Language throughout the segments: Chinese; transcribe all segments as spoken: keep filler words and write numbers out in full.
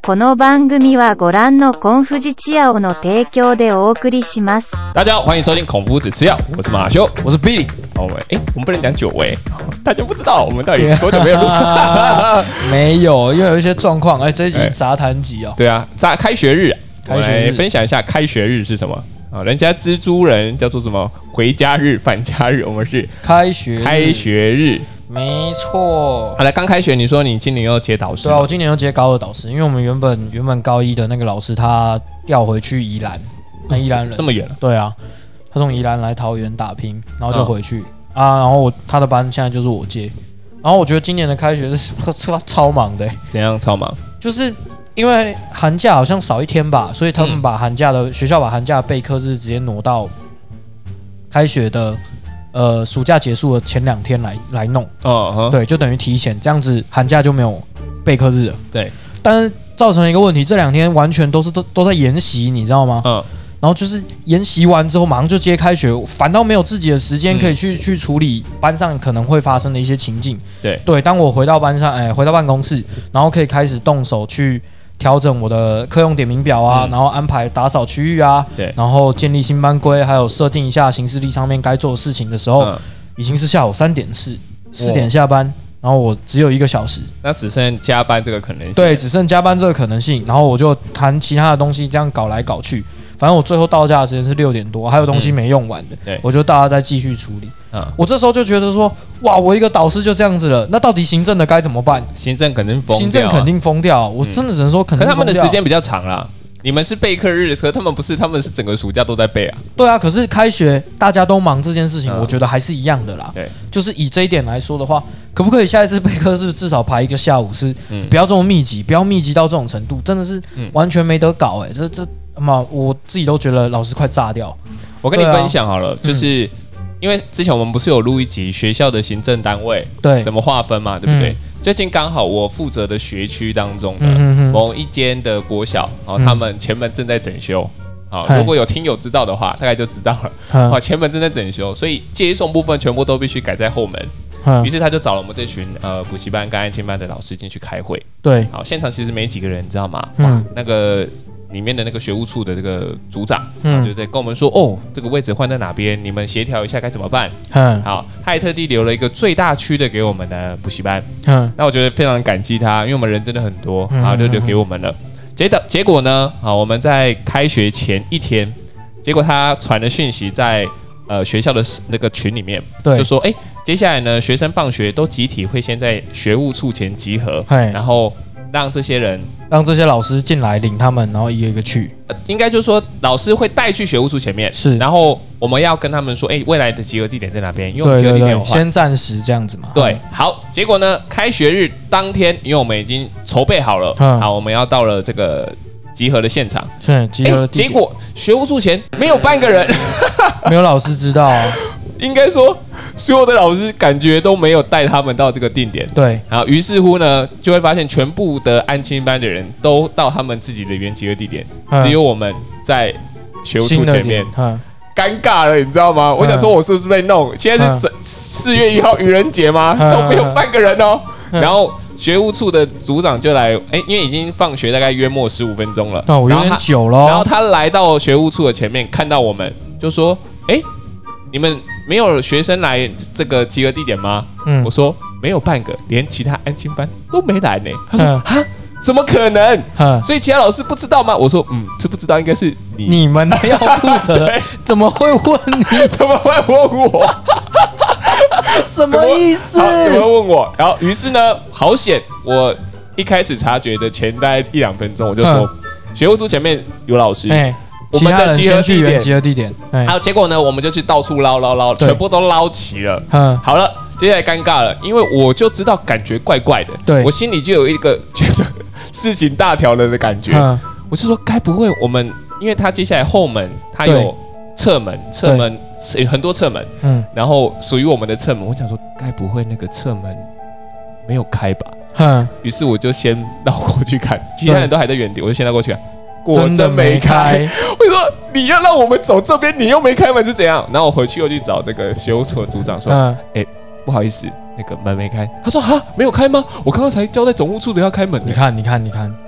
この番組はご覧のコンフジチアオの提供でお送りします。 大家好，欢迎收听孔夫子吃药，我是马修， 我是 Billy。 我们哎，我们不能讲久违，大家不知道我们到底多久没有录。 没有，因为有一些状况。哎，这一集杂谈集哦。 对啊，杂开学日， 开学日分享一下开学日是什么啊？人家蜘蛛人叫做什么？回家日、返家日，我们是开学开学日。 没错。 好了，刚开学，你说你今年要接导师？ 对啊，我今年要接高二导师，因为我们原本原本高一的那个老师他调回去宜兰，那宜兰人这么远了？ 对啊，他从宜兰来桃园打拼，然后就回去、嗯、啊，然后我他的班现在就是我接，然后我觉得今年的开学是超超忙的、欸。 怎样超忙？ 就是因为寒假好像少一天吧，所以他们把寒假的、嗯、学校把寒假的备课日直接挪到开学的。呃，暑假结束的前两天来来弄，哦，对，就等于提前，这样子寒假就没有备课日了。 对， 但是造成了一个问题，这两天完全都是都都在研习，你知道吗？嗯，然后就是研习完之后，马上就接开学，反倒没有自己的时间可以去、嗯、去处理班上可能会发生的一些情境。对对，当我回到班上，哎，回到办公室，然后可以开始动手去。调整我的课用点名表啊、嗯，然后安排打扫区域啊，对，然后建立新班规，还有设定一下行事历上面该做的事情的时候，嗯、已经是下午三点四四点下班，然后我只有一个小时， 那只剩加班这个可能性， 对，只剩加班这个可能性，然后我就谈其他的东西，这样搞来搞去，反正我最后到家的时间是六点多，还有东西没用完的，嗯、对，我就大家再继续处理。嗯，我这时候就觉得说，哇，我一个导师就这样子了，那到底行政的该怎么办？ 行政肯定疯掉、啊， 行政肯定疯掉，我真的只能说肯定疯掉。 可他们的时间比较长啦，你们是备课日，可他们不是，他们是整个暑假都在备啊。 对啊，可是开学大家都忙这件事情，嗯、我觉得还是一样的啦。对，就是以这一点来说的话，可不可以下一次备课是至少排一个下午是，嗯、不要这么密集，不要密集到这种程度，真的是完全没得搞哎、欸，这这嘛，我自己都觉得老师快炸掉。 我跟你分享好了，啊、就是。嗯因为之前我们不是有录一集学校的行政单位对怎么划分嘛，对不对？嗯、最近刚好我负责的学区当中的某一间的国小，哦，他们前门正在整修，好、哦，如果有听友知道的话，大概就知道了。好、哦，前门正在整修，所以接送部分全部都必须改在后门。于是他就找了我们这群呃补习班跟安亲班的老师进去开会。对，好，现场其实没几个人，你知道吗？哇，嗯、那个。里面的那个学务处的这个组长，嗯，就在跟我们说，哦，这个位置换在哪边，你们协调一下该怎么办。嗯，好，他还特地留了一个最大区的给我们的补习班。嗯，那我觉得非常感激他，因为我们人真的很多，然后就留给我们了。结的结果呢，好，我们在开学前一天，结果他传了讯息在呃学校的那个群里面，就说，哎，接下来呢，学生放学都集体会先在学务处前集合，然后。让这些人， 让这些老师进来领他们，然后一个一个去。 呃、应该就是说，老师会带去学务处前面，是，然后我们要跟他们说，哎、欸，未来的集合地点在哪边？因为我们集合地点有换， 先暂时这样子嘛。 对，好，结果呢，开学日当天，因为我们已经筹备好了，嗯、好，我们要到了这个集合的现场， 是集合的地点、欸。 结果学务处前没有半个人， 没有老师知道啊。 应该说，所有的老师感觉都没有带他们到这个定点。对，然后于是乎呢，就会发现全部的安亲班的人都到他们自己的原集合地点，嗯、只有我们在学务处前面，尴尬了，你知道吗？我想说，我是不是被弄？现在是四月一号愚人节吗？都没有半个人哦。然后学务处的组长就来，哎，因为已经放学大概约莫十五分钟了， 哦，有点久了。 然后他来到学务处的前面，看到我们，就说：“哎。”你们没有学生来这个集合地点吗？嗯，我说没有半个，连其他安亲班都没来呢。他说哈，怎么可能？所以其他老师不知道吗？我说嗯，知不知道应该是你你们要负责，怎么会问你？ 怎么会问我？ 什么意思？ 怎么问我？然后于是呢，好险，我一开始察觉的前大概一两分钟，我就说学务处前面有老师。欸我们的集合地点，集合地点， 然后结果呢，我们就去到处捞捞捞，全部都捞齐了。嗯，好了，接下来尴尬了，因为我就知道感觉怪怪的，对我心里就有一个觉得事情大条了的感觉。嗯、我是说，该不会我们，因为他接下来后门他有侧门，侧门很多侧门，嗯，然后属于我们的侧门，我想说，该不会那个侧门没有开吧？嗯，于是我就先绕过去看，其他人都还在原地，我就先绕过去看。果真没开，我说你要让我们走这边，你又没开门是怎样？然后我回去又去找这个学务处的组长说，哎、嗯欸，不好意思，那个门没开。他说啊，没有开吗？我刚刚才交代总务处的要开门。 你看，你看，你看，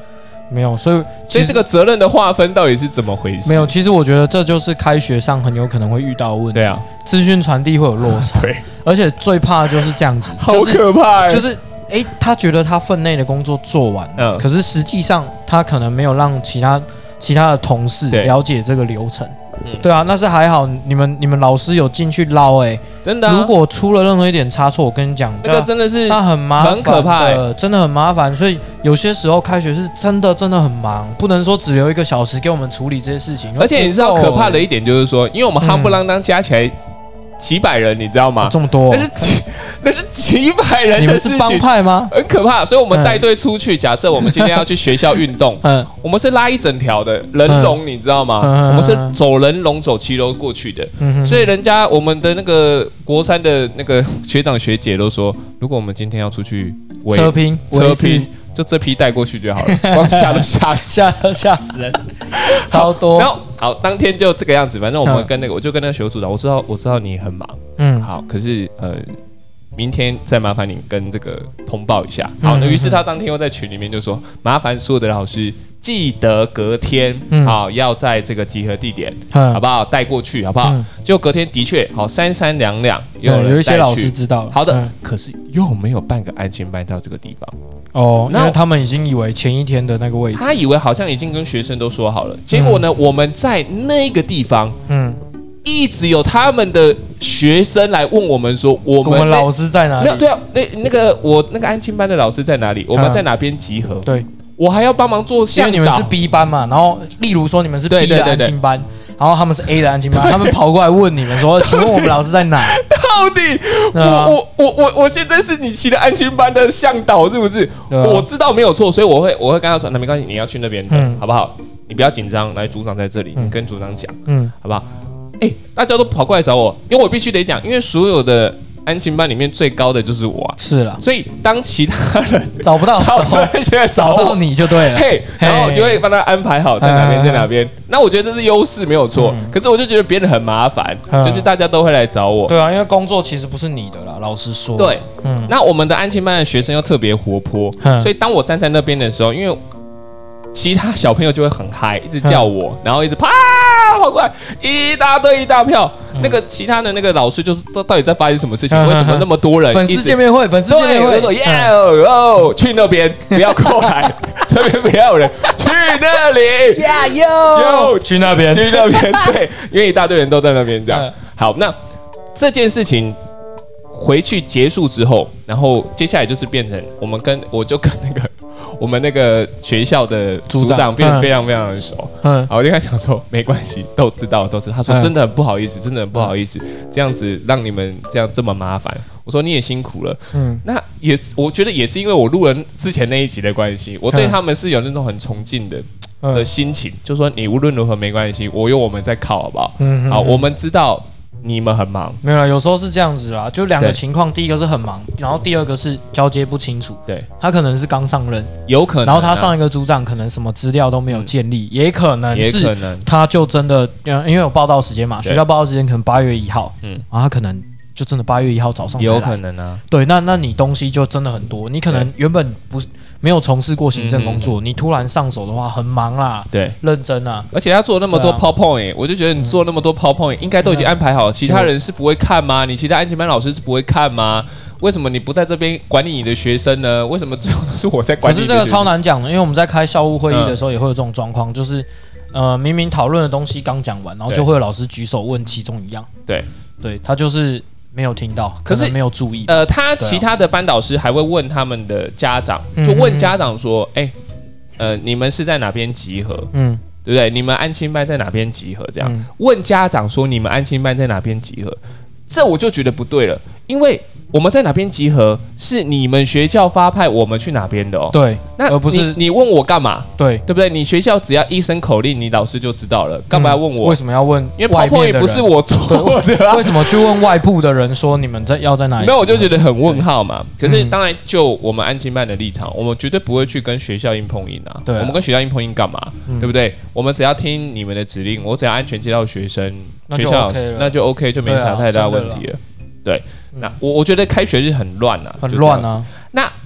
没有，所以所以这个责任的划分到底是怎么回事？ 没有，其实我觉得这就是开学上很有可能会遇到的问题。 对啊， 资讯传递会有落差。 对， 而且最怕的就是这样子， 好可怕、欸， 就是。哎、欸，他觉得他分内的工作做完了，嗯，可是实际上他可能没有让其他其他的同事了解这个流程。嗯，对啊，那是还好，你们你们老师有进去捞，哎， 真的、啊。 如果出了任何一点差错，我跟你讲， 这个真的是那很麻烦， 很可怕、欸， 真的很麻烦。所以有些时候开学是真的真的很忙，不能说只留一个小时给我们处理这些事情。 而且你知道可怕的一点就是说，因为我们夯不啷当加起来。几百人，你知道吗？ 哦、这么多， 那是几那是几百人的事情， 你们是帮派吗？ 很可怕，所以我们带队出去。嗯、假设我们今天要去学校运动，嗯，我们是拉一整条的人龙，你知道吗？嗯、我们是走人龙走骑楼过去的，嗯、所以人家我们的那个国三的那个学长学姐都说，如果我们今天要出去车拼车拼。就这批带过去就好了，光吓都吓死， 吓吓死人，超多。 然后好，当天就这个样子，反正我们跟那个，我就跟那个学务组长，我知道我知道你很忙，嗯，好，可是呃，明天再麻烦你跟这个通报一下。好，那于是他当天又在群里面就说，麻烦所有的老师记得隔天，嗯，好要在这个集合地点，嗯，好不好？带过去，好不好？嗯，结果隔天的确好三三两两，有人有一些老师知道了， 好的，嗯，可是又没有半个安亲班到这个地方。 哦，因为他们已经以为前一天的那个位置， 他以为好像已经跟学生都说好了，结果呢，嗯、我们在那个地方，嗯，一直有他们的学生来问我们说，我们, 我们老师在哪里？ 没有，对啊，那那个我那个安亲班的老师在哪里？我们在哪边集合？ 嗯、对， 我还要帮忙做向导， 因为你们是 B 班嘛，然后例如说你们是 B 的安亲班，然后他们是 A 的安亲班，他们跑过来问你们说，请问我们老师在哪？ 到底我我我我我现在是你骑的安亲班的向导是不是？我知道没有错，所以我会我会跟他说，那没关系，你要去那边的，嗯、好不好？你不要紧张，来组长在这里，嗯、你跟组长讲，嗯，好不好？哎、欸，大家都跑过来找我，因为我必须得讲，因为所有的安亲班里面最高的就是我、啊， 是了， 所以当其他人找不到的时候， 现在找到你就对了， 嘿，然后我就会帮他安排好在哪边在哪边。那我觉得这是优势没有错，嗯、可是我就觉得别人很麻烦，嗯、就是大家都会来找我。 对啊，因为工作其实不是你的啦，老实说。 对，嗯，那我们的安亲班的学生又特别活泼，嗯、所以当我站在那边的时候，因为其他小朋友就会很嗨，一直叫我，嗯、然后一直啪跑过来，一大堆一大票。嗯、那个其他的那个老师就是到到底在发生什么事情？嗯、为什么那么多人？ 粉丝见面会，粉丝见面会， 说耶哦，去那边不要过来，这边不要人，去那里呀哟， 去那边，去那边，对，因为一大堆人都在那边这样。嗯、好，那这件事情回去结束之后，然后接下来就是变成我们跟我就跟那个。我们那个学校的组长变得非常非常的熟，嗯，好，我就跟他讲说，没关系，都知道，都知道。他说真的很不好意思，真的很不好意思，这样子让你们这样这么麻烦。我说你也辛苦了，嗯，那也我觉得也是因为我录了之前那一集的关系，我对他们是有那种很崇敬的的心情，就说你无论如何没关系，我有我们在靠，好不好？嗯，好，我们知道。你们很忙， 没有啦，有时候是这样子啦，就两个情况，第一个是很忙，然后第二个是交接不清楚。 对， 他可能是刚上任， 有可能、啊， 然后他上一个组长可能什么资料都没有建立，嗯、也可能是， 也可能他就真的，因为有报道时间嘛，学校报道时间可能八月一号，嗯，然后他可能就真的八月一号早上才来， 有可能啊， 对，那那你东西就真的很多，你可能原本不是。没有从事过行政工作，嗯、你突然上手的话，很忙啦， 对， 认真啊， 而且他做那么多 PowerPoint，、啊、我就觉得你做那么多 PowerPoint，、嗯、应该都已经安排好了，其他人是不会看吗？你其他安亲班老师是不会看吗？为什么你不在这边管理你的学生呢？为什么最后都是我在管理你的学生？可是这个超难讲的，因为我们在开校务会议的时候也会有这种状况，嗯、就是呃，明明讨论的东西刚讲完，然后就会有老师举手问其中一样， 对， 对他就是。没有听到，可是没有注意。 呃，他其他的班导师还会问他们的家长，啊、就问家长说：“哎、欸，呃，你们是在哪边集合？嗯，对不对？你们安亲班在哪边集合？这样、嗯、问家长说你们安亲班在哪边集合？这我就觉得不对了，因为我们在哪边集合是你们学校发派我们去哪边的哦。 对， 那而不是你, 你问我干嘛？ 对， 对不对？你学校只要一声口令，你老师就知道了，干嘛要问我？ 嗯、为什么要问？ 因为 PowerPoint 不是我做的、啊， 为什么去问外部的人说你们在要在哪里？ 没有，我就觉得很问号嘛。可是当然，就我们安亲班的立场，我们绝对不会去跟学校硬碰硬啊。对啊，我们跟学校硬碰硬干嘛？嗯、对不对？我们只要听你们的指令，我只要安全接到学生，学校老师那就 OK， 就没啥太大问题了。对，那我我觉得开学日很乱啊， 很乱啊。 那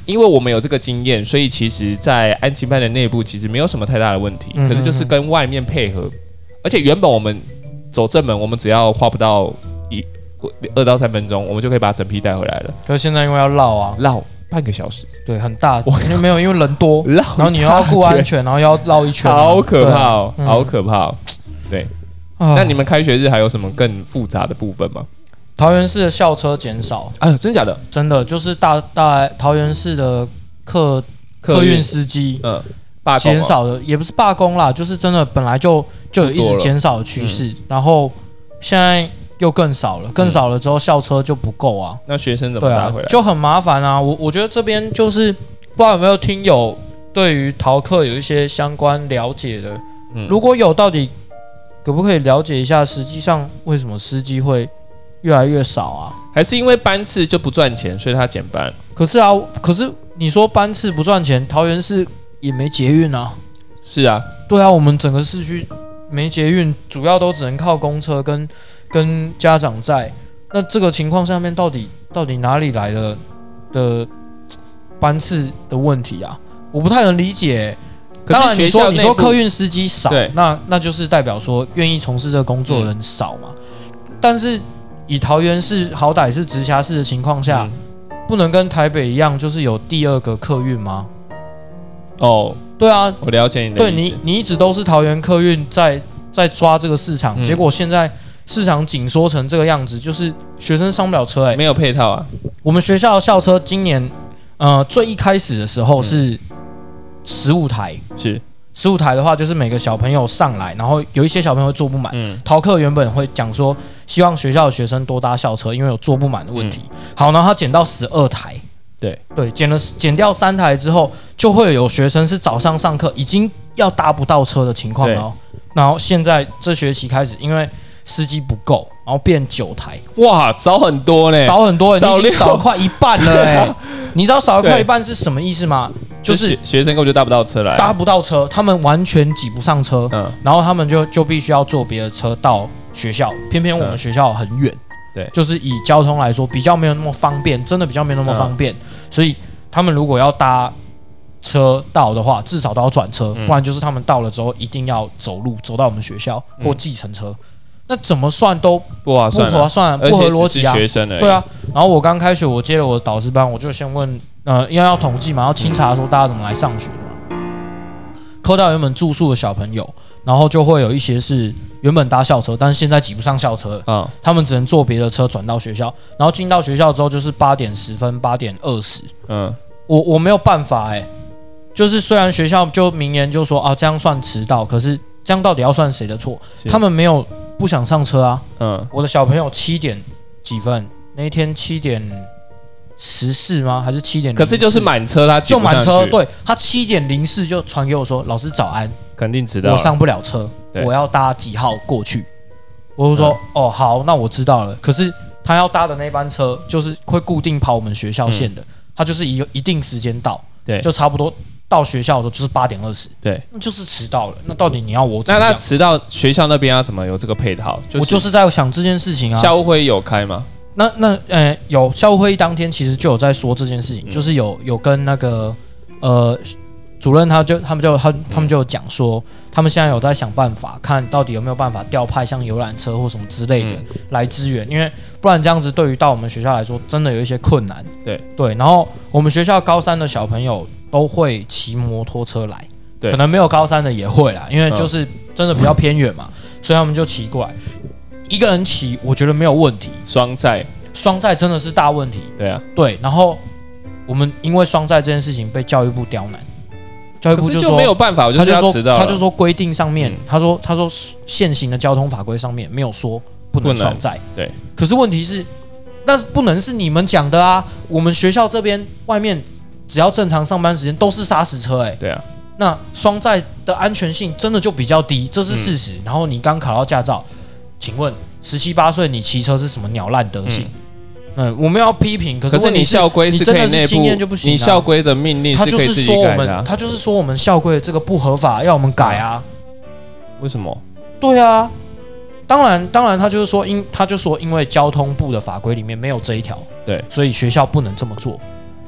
因为我们有这个经验，所以其实在安亲班的内部其实没有什么太大的问题，嗯、可是就是跟外面配合，而且原本我们走正门，我们只要花不到一二到三分钟，我们就可以把整批带回来了。 可是现在因为要绕啊， 绕半个小时， 对，很大，因为没有，因为人多，然后你又要顾安全，然后要绕一圈， 好可怕哦，嗯、好可怕哦。对，啊、那你们开学日还有什么更复杂的部分吗？ 桃园市的校车减少啊，真假的？ 真的，就是大大桃园市的客客运司机，嗯，罢工、哦、减少的也不是罢工啦，就是真的本来就就有一直减少的趋势，嗯、然后现在又更少了，更少了之后校车就不够啊。 那学生怎么拿回来？ 啊、就很麻烦啊。我我觉得这边就是不知道有没有听友对于桃客有一些相关了解的，嗯、如果有，到底可不可以了解一下，实际上为什么司机会越来越少啊？ 还是因为班次就不赚钱，所以他减班？ 可是啊，可是你说班次不赚钱，桃园市也没捷运啊。 是啊， 对啊，我们整个市区没捷运，主要都只能靠公车跟跟家长载。那这个情况下面，到底到底哪里来的的班次的问题啊？我不太能理解。可是学校你说你说客运司机少，那那就是代表说愿意从事这个工作的人少嘛。嗯、但是以桃园市好歹是直辖市的情况下，嗯、不能跟台北一样，就是有第二个客运吗？ 哦， 对啊， 我了解你的意思。 对你，你一直都是桃园客运在在抓这个市场，嗯、结果现在市场紧缩成这个样子，就是学生上不了车、欸， 没有配套啊。 我们学校的校车今年，呃，最一开始的时候是十五台， 是十五台的话，就是每个小朋友上来，然后有一些小朋友会坐不满。嗯，桃客原本会讲说，希望学校的学生多搭校车，因为有坐不满的问题。嗯、好，然后他减到十二台。 对对，减了减掉三台之后，就会有学生是早上上课已经要搭不到车的情况了。然后现在这学期开始，因为司机不够，然后变九台， 哇，少很多呢， 少很多，你已经少快一半了哎、欸！你知道少快一半是什么意思吗？就是学生根本就搭不到车来， 搭不到车，他们完全挤不上车，嗯，然后他们就就必须要坐别的车到学校，偏偏我们学校很远。嗯对，就是以交通来说，比较没有那么方便，真的比较没有那么方便，嗯、所以他们如果要搭车到的话，至少都要转车，嗯、不然就是他们到了之后一定要走路走到我们学校或计程车，嗯、那怎么算都不划算， 不划算，不合逻辑啊。 学生对啊，然后我刚开学，我接了我的导师班，我就先问，呃，因为要统计嘛，要清查说大家怎么来上学的嘛，扣掉原本住宿的小朋友。然后就会有一些是原本搭校车，但是现在挤不上校车，嗯，他们只能坐别的车转到学校。然后进到学校之后就是八点十分、八点二十，嗯，我我没有办法哎、欸，就是虽然学校就明言就说啊这样算迟到，可是这样到底要算谁的错？他们没有不想上车啊，嗯，我的小朋友七点几分那一天七点十四吗？还是七点零四？ 可是就是满车，他就满车，对他七点零四就传给我说老师早安。 肯定迟到了， 我上不了车，我要搭几号过去？我就说、嗯、哦好，那我知道了。可是他要搭的那班车就是会固定跑我们学校线的，嗯、他就是一个一定时间到，对，就差不多到学校的时候就是八点二十，对，那就是迟到了。那到底你要我怎么样？ 那他迟到学校那边要怎么有这个配套？ 就是、我就是在想这件事情啊。 校务会有开吗？ 那那呃有校务会议当天其实就有在说这件事情，嗯、就是有有跟那个呃。主任他就他们就他他们就有讲说，他们现在有在想办法，看到底有没有办法调派像游览车或什么之类的来支援，因为不然这样子对于到我们学校来说，真的有一些困难。对对，然后我们学校高三的小朋友都会骑摩托车来，对，可能没有高三的也会啦，因为就是真的比较偏远嘛，所以他们就骑过来，一个人骑我觉得没有问题， 双载双载真的是大问题。 对啊， 对，然后我们因为双载这件事情被教育部刁难。教育部就说就没有办法，我就要迟到了。 他就说规定上面，嗯、他说他说现行的交通法规上面没有说不能双载。对，可是问题是，那不能是你们讲的啊！我们学校这边外面只要正常上班时间都是砂石车、欸，哎， 对啊。 那双载的安全性真的就比较低，这是事实。嗯、然后你刚考到驾照，请问十七八岁你骑车是什么鸟烂德性？嗯嗯，我们要批评，可是可是你校规是可以内部，你经验就不行、啊。 你校规的命令是可以自己改的、啊。 他就是说我们校规的这个不合法，要我们改啊。 为什么？ 对啊，当然，当然，他就是说因他就说因为交通部的法规里面没有这一条，对，所以学校不能这么做。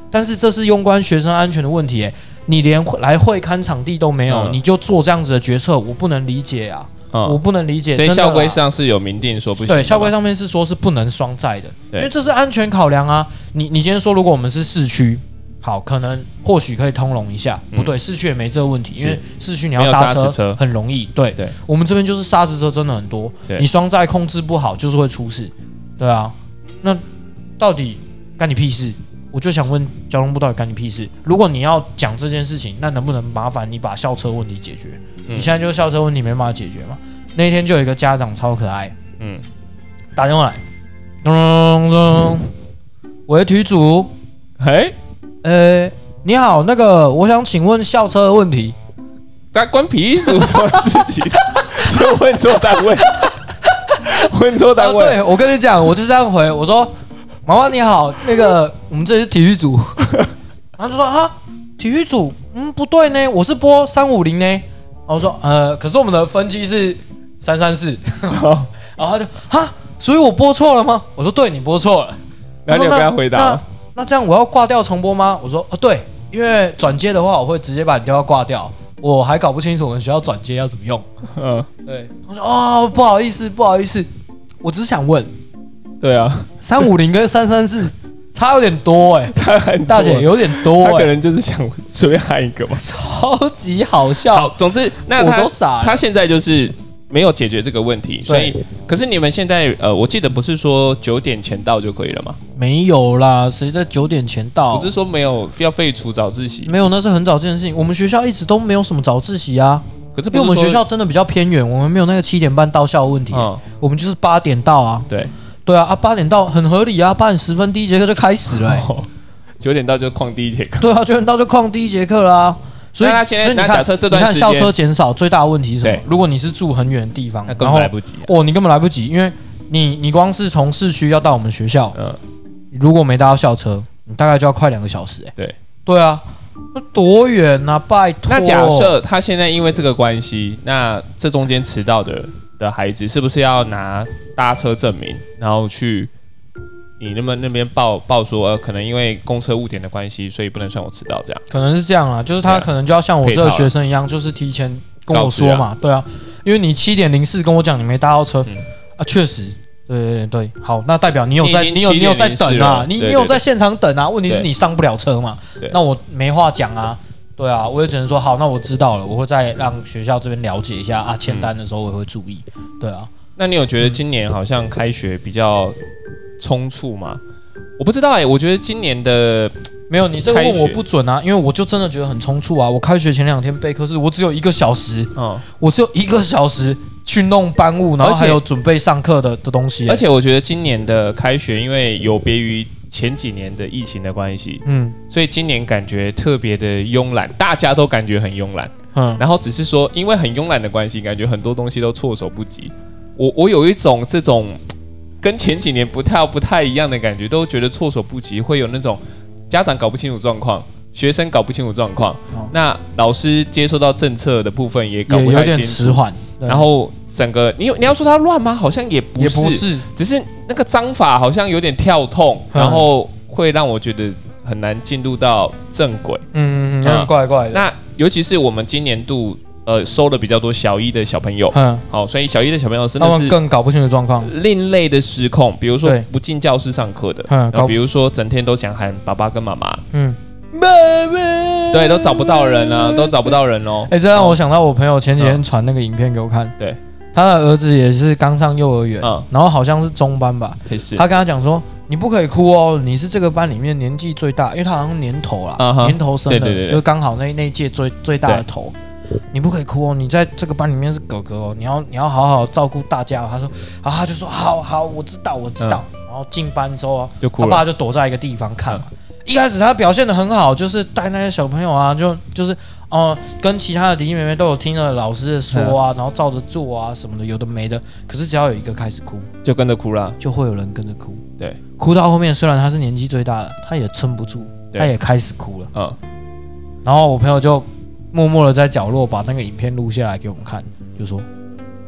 但是这是攸关学生安全的问题、欸，你连来会看场地都没有、嗯，你就做这样子的决策，我不能理解啊，嗯、我不能理解。 所以校规上是有明定说不行， 对，校规上面是说是不能双载的，因为这是安全考量啊。你你今天说，如果我们是市区。好，可能或许可以通融一下，嗯、不对，市区也没这个问题，因为市区你要搭车很容易。对，对，我们这边就是砂石车真的很多，你双载控制不好就是会出事。对啊，那到底干你屁事？我就想问交通部到底干你屁事？如果你要讲这件事情，那能不能麻烦你把校车问题解决？嗯、你现在就是校车问题没办法解决嘛？那一天就有一个家长超可爱，嗯，打电话来，咚咚咚，喂，体育组， 嘿。 呃，你好，那个，我想请问校车的问题。 他关屁事什么事情？就问错单位，问错单位。 啊、对，我跟你讲，我就这样回，我说，妈妈你好，那个我们这是体育组。然后就说啊，体育组，嗯，不对呢，我是拨三五零呢。然后我说，呃，可是我们的分机是三三四。然后他就哈，所以我拨错了吗？我说对，你拨错了。 然后你有跟他回答。 那这样我要挂掉重播吗？我说哦对，因为转接的话，我会直接把你电话挂掉。我还搞不清楚我们学校转接要怎么用。嗯，对。我说哦，不好意思，不好意思，我只是想问。 对啊， 三五零跟三三四差有点多哎、欸， 差很多， 大姐有点多、欸， 他可能就是想随便喊一个嘛， 超级好笑。 好，总之那他我都傻了， 他现在就是。没有解决这个问题，所以可是你们现在呃，我记得不是说九点前到就可以了吗？ 没有啦，谁在九点前到？ 不是说没有要废除早自习？ 没有，那是很早这件事情。我们学校一直都没有什么早自习啊，可是因为我们学校真的比较偏远，我们没有那个七点半到校的问题、嗯，我们就是八点到啊。 对对啊，啊八点到很合理啊，八点十分第一节课就开始了、欸， 九、哦、点到就旷第一节课。 对啊，九点到就旷第一节课啦、啊。所以他现在那假设这段时间， 你看校车减少最大的问题是什么？如果你是住很远的地方， 那根本来不及、啊。 哦，你根本来不及，因为你你光是从市区要到我们学校，嗯，如果没搭到校车，你大概就要快两个小时、欸。哎， 对对啊，那多远啊？拜托。 那假设他现在因为这个关系，那这中间迟到的的孩子，是不是要拿搭车证明，然后去？你那么那边报报说，呃，可能因为公车误点的关系，所以不能算我迟到，这样可能是这样啦，就是他可能就要像我这个学生一样，就是提前跟我说嘛，啊对啊，因为你七点零四跟我讲你没搭到车、嗯、啊，确实，对对对对，好，那代表你有在，你有你有在等啊，你你有在现场等啊，问题是你上不了车嘛，那我没话讲啊，对啊，我也只能说好，那我知道了，我会再让学校这边了解一下啊，签单的时候我也会注意，对啊， 那你有觉得今年好像开学比较？冲突吗？我不知道哎、欸，我觉得今年的没有你这个问我不准啊，因为我就真的觉得很冲突啊。我开学前两天备课是我只有一个小时，嗯，我只有一个小时去弄班务，然后还有准备上课的的东西、欸。 而且我觉得今年的开学，因为有别于前几年的疫情的关系，嗯，所以今年感觉特别的慵懒，大家都感觉很慵懒，嗯，然后只是说因为很慵懒的关系，感觉很多东西都措手不及。我我有一种这种。跟前几年不太不太一样的感觉，都觉得措手不及，会有那种家长搞不清楚状况，学生搞不清楚状况、哦，那老师接收到政策的部分也搞不太清楚， 也有点迟缓。 然后整个你你要说它乱吗？好像也不是，也不是，只是那个章法好像有点跳痛，嗯、然后会让我觉得很难进入到正轨。 嗯嗯嗯，怪怪的。 那尤其是我们今年度。呃，收了比较多小一的小朋友，嗯，好，所以小一的小朋友真的是他们更搞不清楚状况， 另类的失控，比如说不进教室上课的，嗯，比如说整天都想喊爸爸跟妈妈，嗯，爸爸，对，都找不到人啊，都找不到人哦。 哎、欸，这让我想到我朋友前几天传那个影片给我看， 对， 他的儿子也是刚上幼儿园，嗯，然后好像是中班吧，他跟他讲说。你不可以哭哦，你是这个班里面年纪最大，因为他好像年头啦， uh-huh, 年头生的，对对对对，就是刚好那那一届最最大的头。你不可以哭哦，你在这个班里面是哥哥哦，你要你要好好照顾大家、哦。他说，然后他就说好好，我知道我知道。嗯、然后进班之后啊，就哭了，他爸就躲在一个地方看嘛。嗯、一开始他表现得很好，就是带那些小朋友啊，就就是哦、呃，跟其他的弟弟妹妹都有听了老师的说啊，嗯、然后照着做啊什么的，有的没的。可是只要有一个开始哭， 就跟着哭了， 就会有人跟着哭。 对， 哭到后面，虽然他是年纪最大的，他也撑不住，他也开始哭了。嗯，然后我朋友就默默的在角落把那个影片录下来给我们看，就说：“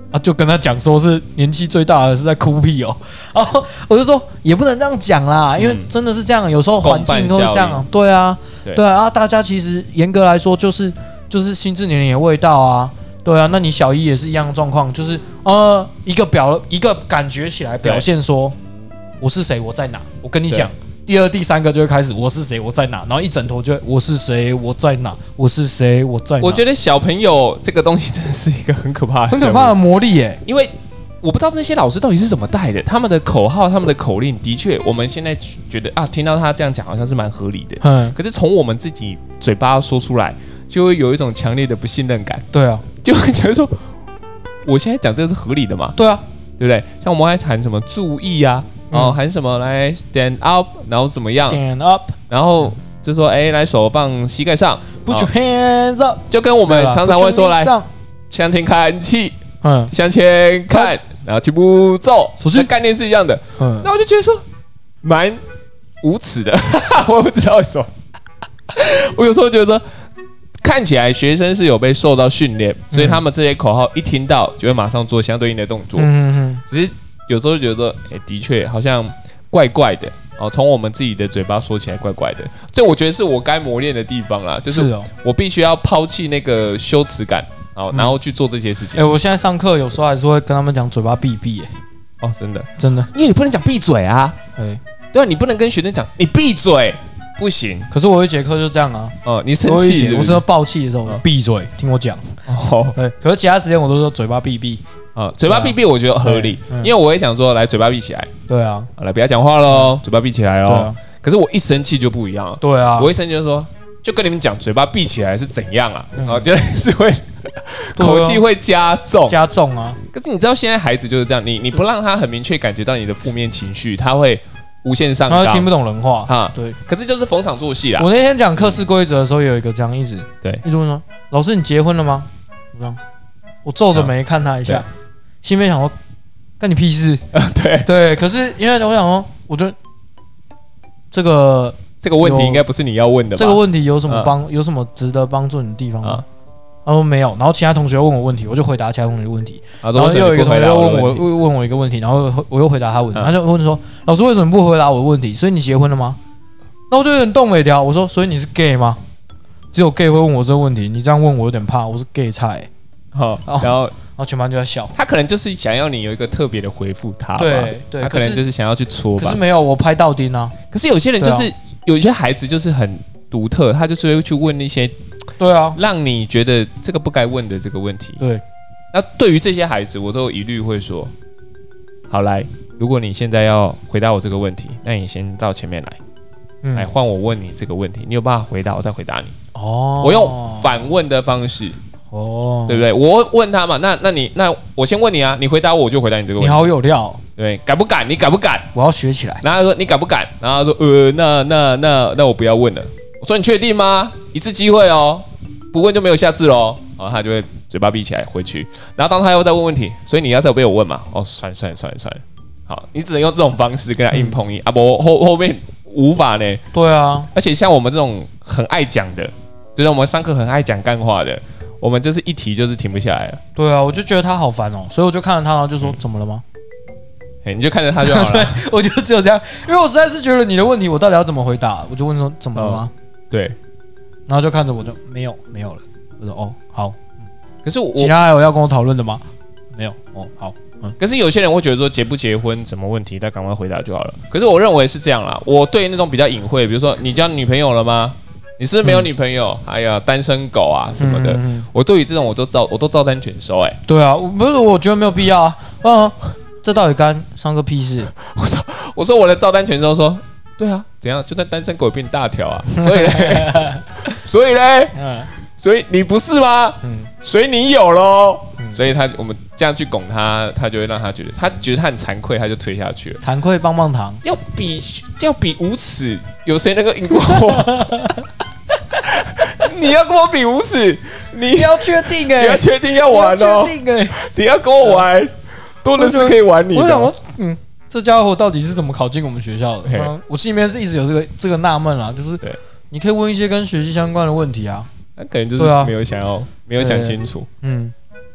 啊，就跟他讲说是年纪最大的是在哭屁哦，然后我就说也不能这样讲啦，因为真的是这样，有时候环境都是这样，对啊，对, 对啊，大家其实严格来说就是就是心智年龄的味道啊，对啊，那你小一也是一样的状况，就是呃一个表一个感觉起来表现说我是谁我在哪，我跟你讲。第二、第三个就会开始，我是谁，我在哪，然后一整头就会我是谁，我在哪，我是谁，我在哪。 我觉得小朋友这个东西真的是一个很可怕的、 很可怕的魔力耶， 因为我不知道那些老师到底是怎么带的，他们的口号、他们的口令，的确我们现在觉得啊，听到他这样讲好像是蛮合理的，嗯，可是从我们自己嘴巴说出来，就会有一种强烈的不信任感。 对啊， 就会觉得说，我现在讲这个是合理的嘛？ 对啊， 对不对？像我们还喊什么注意啊。哦，喊什么来 stand up， 然后怎么样 ？stand up， 然后就说哎，来手放膝盖上 ，put your hands up， 就跟我们常常会说来向前看齐，嗯，向前看，然后齐步走，这概念是一样的。嗯，那我就觉得说蛮无耻的，我不知道为什么。我有时候觉得说，看起来学生是有被受到训练，所以他们这些口号一听到就会马上做相对应的动作。嗯嗯，只是。有时候就觉得说，哎、欸，的确好像怪怪的哦。从我们自己的嘴巴说起来，怪怪的。这我觉得是我该磨练的地方啦，就是我必须要抛弃那个羞耻感，哦，然后去做这些事情。 哎、欸，我现在上课有时候还是会跟他们讲嘴巴闭闭，哎， 哦，真的真的， 因为你不能讲闭嘴啊，哎，对啊，你不能跟学生讲你闭嘴，不行。 可是我有一节课就这样啊， 哦，你生气是不是， 我是爆气的时候闭、嗯、嘴，听我讲。哦，对，可是其他时间我都说嘴巴闭闭。 啊，嘴巴闭闭，我觉得合理，因为我会想说，来嘴巴闭起来， 对啊， 来不要讲话喽，嘴巴闭起来喽。可是我一生气就不一样了， 对啊， 我一生气就说，就跟你们讲，嘴巴闭起来是怎样啊？然后就是会口气会加重， 加重啊。 可是你知道现在孩子就是这样，你你不让他很明确感觉到你的负面情绪，他会无限上纲， 他听不懂人话啊。对，可是就是逢场作戏啦。 我那天讲课室规则的时候，有一个这样一直对， 一直问说，老师你结婚了吗？我说，我皱着眉看他一下。心里面想说，干你屁事！ 对对，可是因为我想说，我觉得这个这个问题应该不是你要问的吧？ 这个问题有什么帮、嗯、有什么值得帮助你的地方吗？他说、嗯、没有，然后其他同学问我问题，我就回答其他同学的问题，然后又有一个同学问我问我一个问题，然后我又回答他问题，嗯、他就问说：“老师为什么不回答我的问题？所以你结婚了吗？”那我就有点动了一条，我说：“所以你是 gay 吗？只有 gay 会问我这个问题，你这样问我有点怕，我是 gay 菜、欸。” 好，然后。 然后全班就在笑， 他可能就是想要你有一个特别的回复他吧， 对对， 他可能就是想要去戳吧。 可是没有，我拍到钉啊。 可是有些人就是、啊、有一些孩子就是很独特，他就是会去问一些， 对啊， 让你觉得这个不该问的这个问题。 对， 那对于这些孩子，我都一律会说，好来，如果你现在要回答我这个问题，那你先到前面来，嗯、来换我问你这个问题，你有办法回答，我再回答你。哦，我用反问的方式。哦，对不对？我问他嘛，那那你那我先问你啊，你回答我，我就回答你这个问题。 你好有料， 对，敢不敢？你敢不敢？ 我要学起来。 然后他说你敢不敢？然后他说呃，那那那那我不要问了。我说你确定吗？一次机会哦，不问就没有下次喽。然后他就会嘴巴闭起来回去。然后当他又再问问题，所以你要是有被我问嘛？哦，算了算了算了算了，好，你只能用这种方式跟他硬碰硬、嗯、啊，不后后面无法呢。 对啊， 而且像我们这种很爱讲的，就是我们上课很爱讲干话的。我们就是一提就是停不下来了。 对啊，我就觉得他好烦哦，所以我就看着他，然后就说、嗯、怎么了吗？ 哎，你就看着他就好了。 对，我就只有这样，因为我实在是觉得你的问题我到底要怎么回答，我就问说怎么了吗？ 嗯、对， 然后就看着我就没有没有了。我说哦好，嗯、 可是我其他还有要跟我讨论的吗？没有哦好， 嗯。可是有些人会觉得说结不结婚什么问题，他赶快回答就好了。可是我认为是这样啦，我对那种比较隐晦，比如说你交女朋友了吗？你是不是没有女朋友？哎呀，单身狗啊什么的，嗯嗯、我对于这种我都照我都照单全收哎、欸。 对啊，不是我觉得没有必要啊。嗯，这到底干上个屁事？ 我说我说我的照单全收说，对啊，怎样？就算单身狗也比你大条啊。所以嘞，所以嘞，嗯，所以你不是吗？嗯，所以你有咯。嗯、所以他我们这样去拱他，他就会让他觉得他觉得他很惭愧，他就推下去了。 惭愧棒棒糖， 要比要比无耻，有谁能够赢过我？你要跟我比无耻，你要确定哎、欸， 你要确定要玩哦， 确定哎、欸， 你要跟我玩，嗯、多的是可以玩你的。 我想说，嗯，这家伙到底是怎么考进我们学校的？嗯、我心里面是一直有这个这个纳闷啦，就是你可以问一些跟学习相关的问题啊， 那可能就是没有想要、啊、没有想清楚，嗯，唉。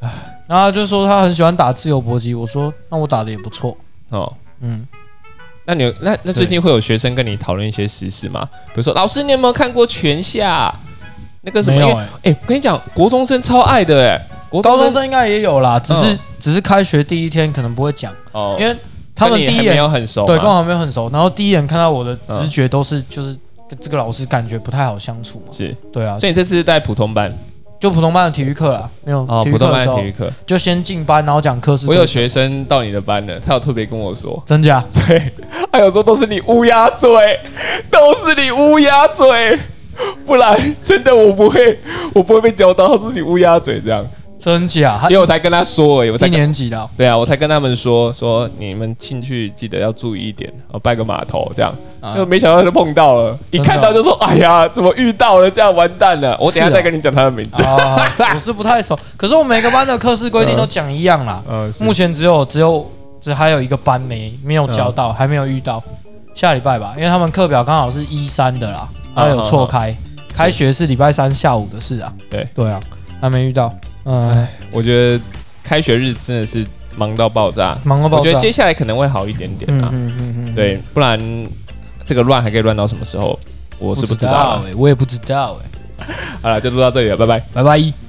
然后他就说他很喜欢打自由搏击，我说那我打的也不错哦，嗯。 那你有那那最近会有学生跟你讨论一些时事吗？比如说，老师你有没有看过拳下那个什么？哎、欸欸，我跟你讲，国中生超爱的哎、欸， 国高中生应该也有啦，只是、嗯、只是开学第一天可能不会讲哦，因为他们第一眼没有很熟， 对，跟我还没有很熟，然后第一眼看到我的直觉都是就是这个老师感觉不太好相处嘛， 是， 对啊， 所以你这次是带普通班。 就普通班的体育课啦，没有哦，普通班的体育课就先进班，然后讲课室。 我有学生到你的班了，他有特别跟我说， 真假？ 对，他有说都是你乌鸦嘴，都是你乌鸦嘴，不然真的我不会，我不会被教到，都是你乌鸦嘴这样。 真假？ 因为我才跟他说而已，我才一年级的， 对啊，我才跟他们说说你们进去记得要注意一点，哦，拜个码头这样，啊、没想到就碰到了，一看到就说哎呀，怎么遇到了，这样完蛋了，我等一下再跟你讲他的名字。 啊、我是不太熟，可是我每个班的课室规定都讲一样啦，嗯嗯、目前只有只有只还有一个班没没有教到，嗯、还没有遇到，下礼拜吧，因为他们课表刚好是一三的啦，还有错开，啊、开学是礼拜三下午的事啊， 对对啊，还没遇到。 嗯，我觉得开学日真的是忙到爆炸， 忙到爆炸。 我觉得接下来可能会好一点点啊，嗯嗯嗯对，不然这个乱还可以乱到什么时候，我是不知道， 我也不知道哎。 好了，就录到这里了，拜拜， 拜拜。